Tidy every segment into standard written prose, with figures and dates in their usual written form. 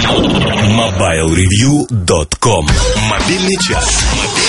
MobileReview.com. Мобильный час.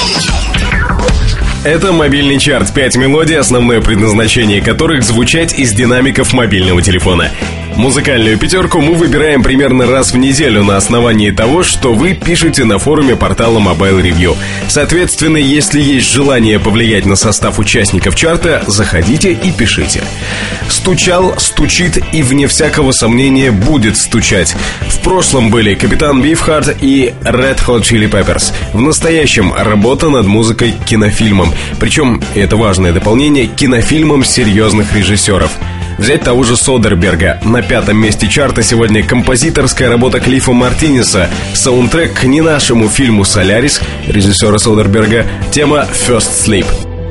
Это мобильный чарт. 5 мелодий, основное предназначение которых звучать из динамиков мобильного телефона. Музыкальную пятерку мы выбираем примерно раз в неделю на основании того, что вы пишете на форуме портала Mobile Review. Соответственно, если есть желание повлиять на состав участников чарта, заходите и пишите. Стучал, стучит и, вне всякого сомнения, будет стучать. В прошлом были Капитан Бифхард и Red Hot Chili Peppers. В настоящем работа над музыкой к кинофильмам. Причем, это важное дополнение, кинофильмам серьезных режиссеров. Взять того же Содерберга. На 5-м месте чарта сегодня композиторская работа Клиффа Мартинеса. Саундтрек к не нашему фильму «Солярис» режиссера Содерберга. Тема «First Sleep».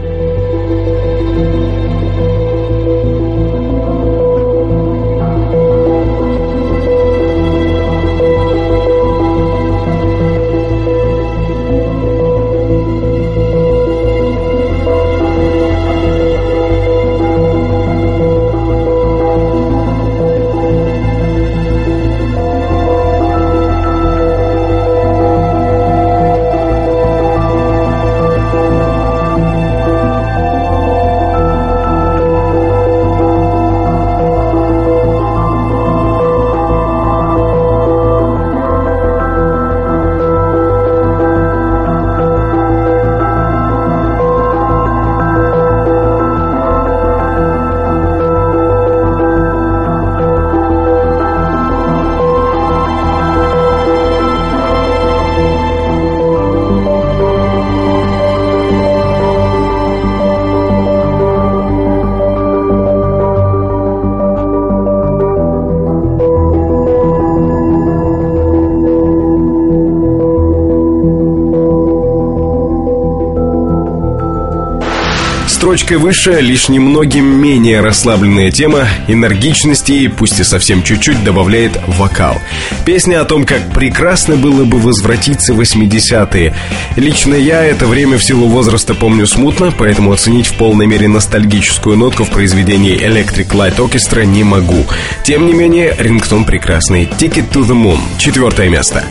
Строчкой выше лишь немногим менее расслабленная тема энергичности и, пусть и совсем чуть-чуть, добавляет вокал. Песня о том, как прекрасно было бы возвратиться в 80-е. Лично я это время в силу возраста помню смутно, поэтому оценить в полной мере ностальгическую нотку в произведении Electric Light Orchestra не могу. Тем не менее, рингтон прекрасный. Ticket to the Moon. 4-е место.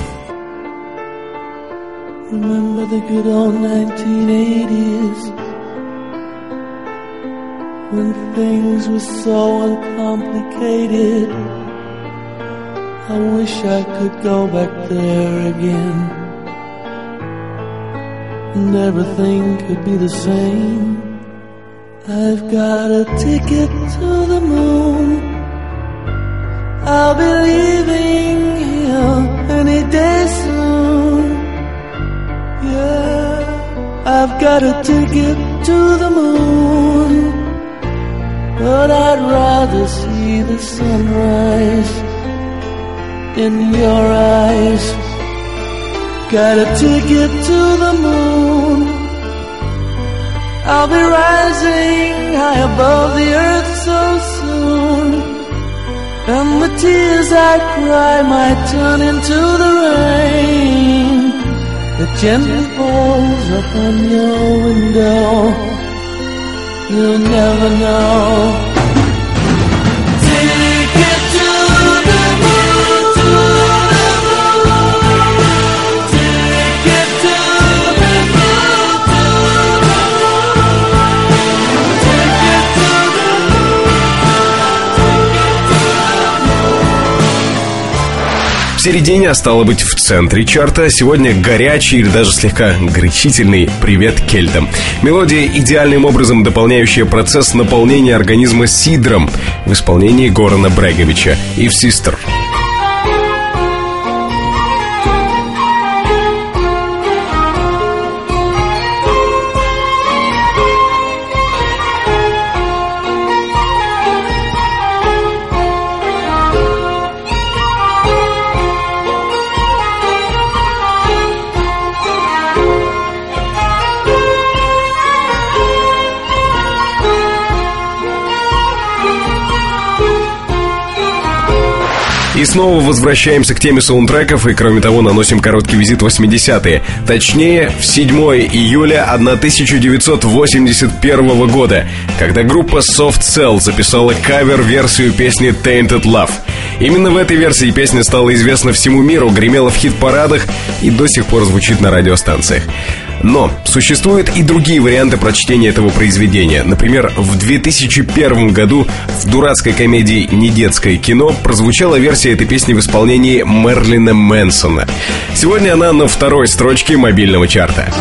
Remember the good old 1980s, when things were so uncomplicated. I wish I could go back there again, and everything could be the same. I've got a ticket to the moon. I'll be leaving here any day soon. Yeah, I've got a ticket to the moon, but I'd rather see the sunrise in your eyes. Got a ticket to the moon. I'll be rising high above the earth so soon, and the tears I cry might turn into the rain that gently falls upon your window. You'll never know. Ticket to the moon, to the moon. Ticket to the moon, to the moon. Ticket to the moon. В середине, а стало быть в центре чарта, сегодня горячий или даже слегка горячительный привет кельтам. Мелодия, идеальным образом дополняющая процесс наполнения организма сидром в исполнении Горана Бреговича и в «Sister». И снова возвращаемся к теме саундтреков и, кроме того, наносим короткий визит в 80-е. Точнее, в 7 июля 1981 года, когда группа Soft Cell записала кавер-версию песни Tainted Love. Именно в этой версии песня стала известна всему миру, гремела в хит-парадах и до сих пор звучит на радиостанциях. Но существуют и другие варианты прочтения этого произведения. Например, в 2001 году в дурацкой комедии «Недетское кино» прозвучала версия этой песни в исполнении Мерлина Мэнсона. Сегодня она на второй строчке мобильного чарта.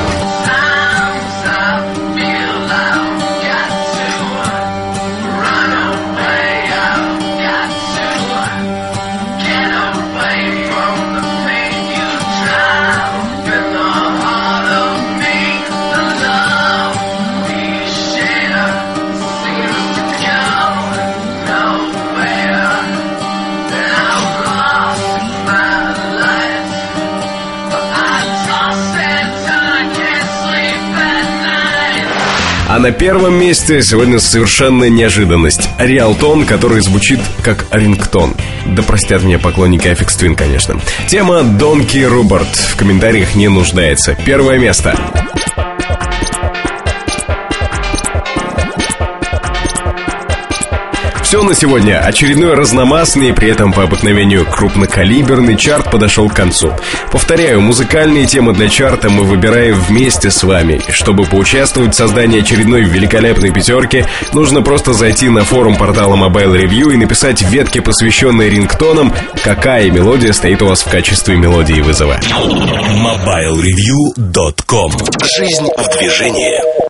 А на первом месте сегодня совершенно неожиданность. Риалтон, который звучит как рингтон. Да простят меня поклонники Aphex Twin, конечно. Тема Донки Руберт в комментариях не нуждается. Первое место. Все на сегодня. Очередной разномастный, при этом по обыкновению крупнокалиберный чарт подошел к концу. Повторяю, музыкальные темы для чарта мы выбираем вместе с вами. И чтобы поучаствовать в создании очередной великолепной пятерки, нужно просто зайти на форум портала Mobile Review и написать в ветке, посвященной рингтонам, какая мелодия стоит у вас в качестве мелодии вызова. MobileReview.com. Жизнь в движении.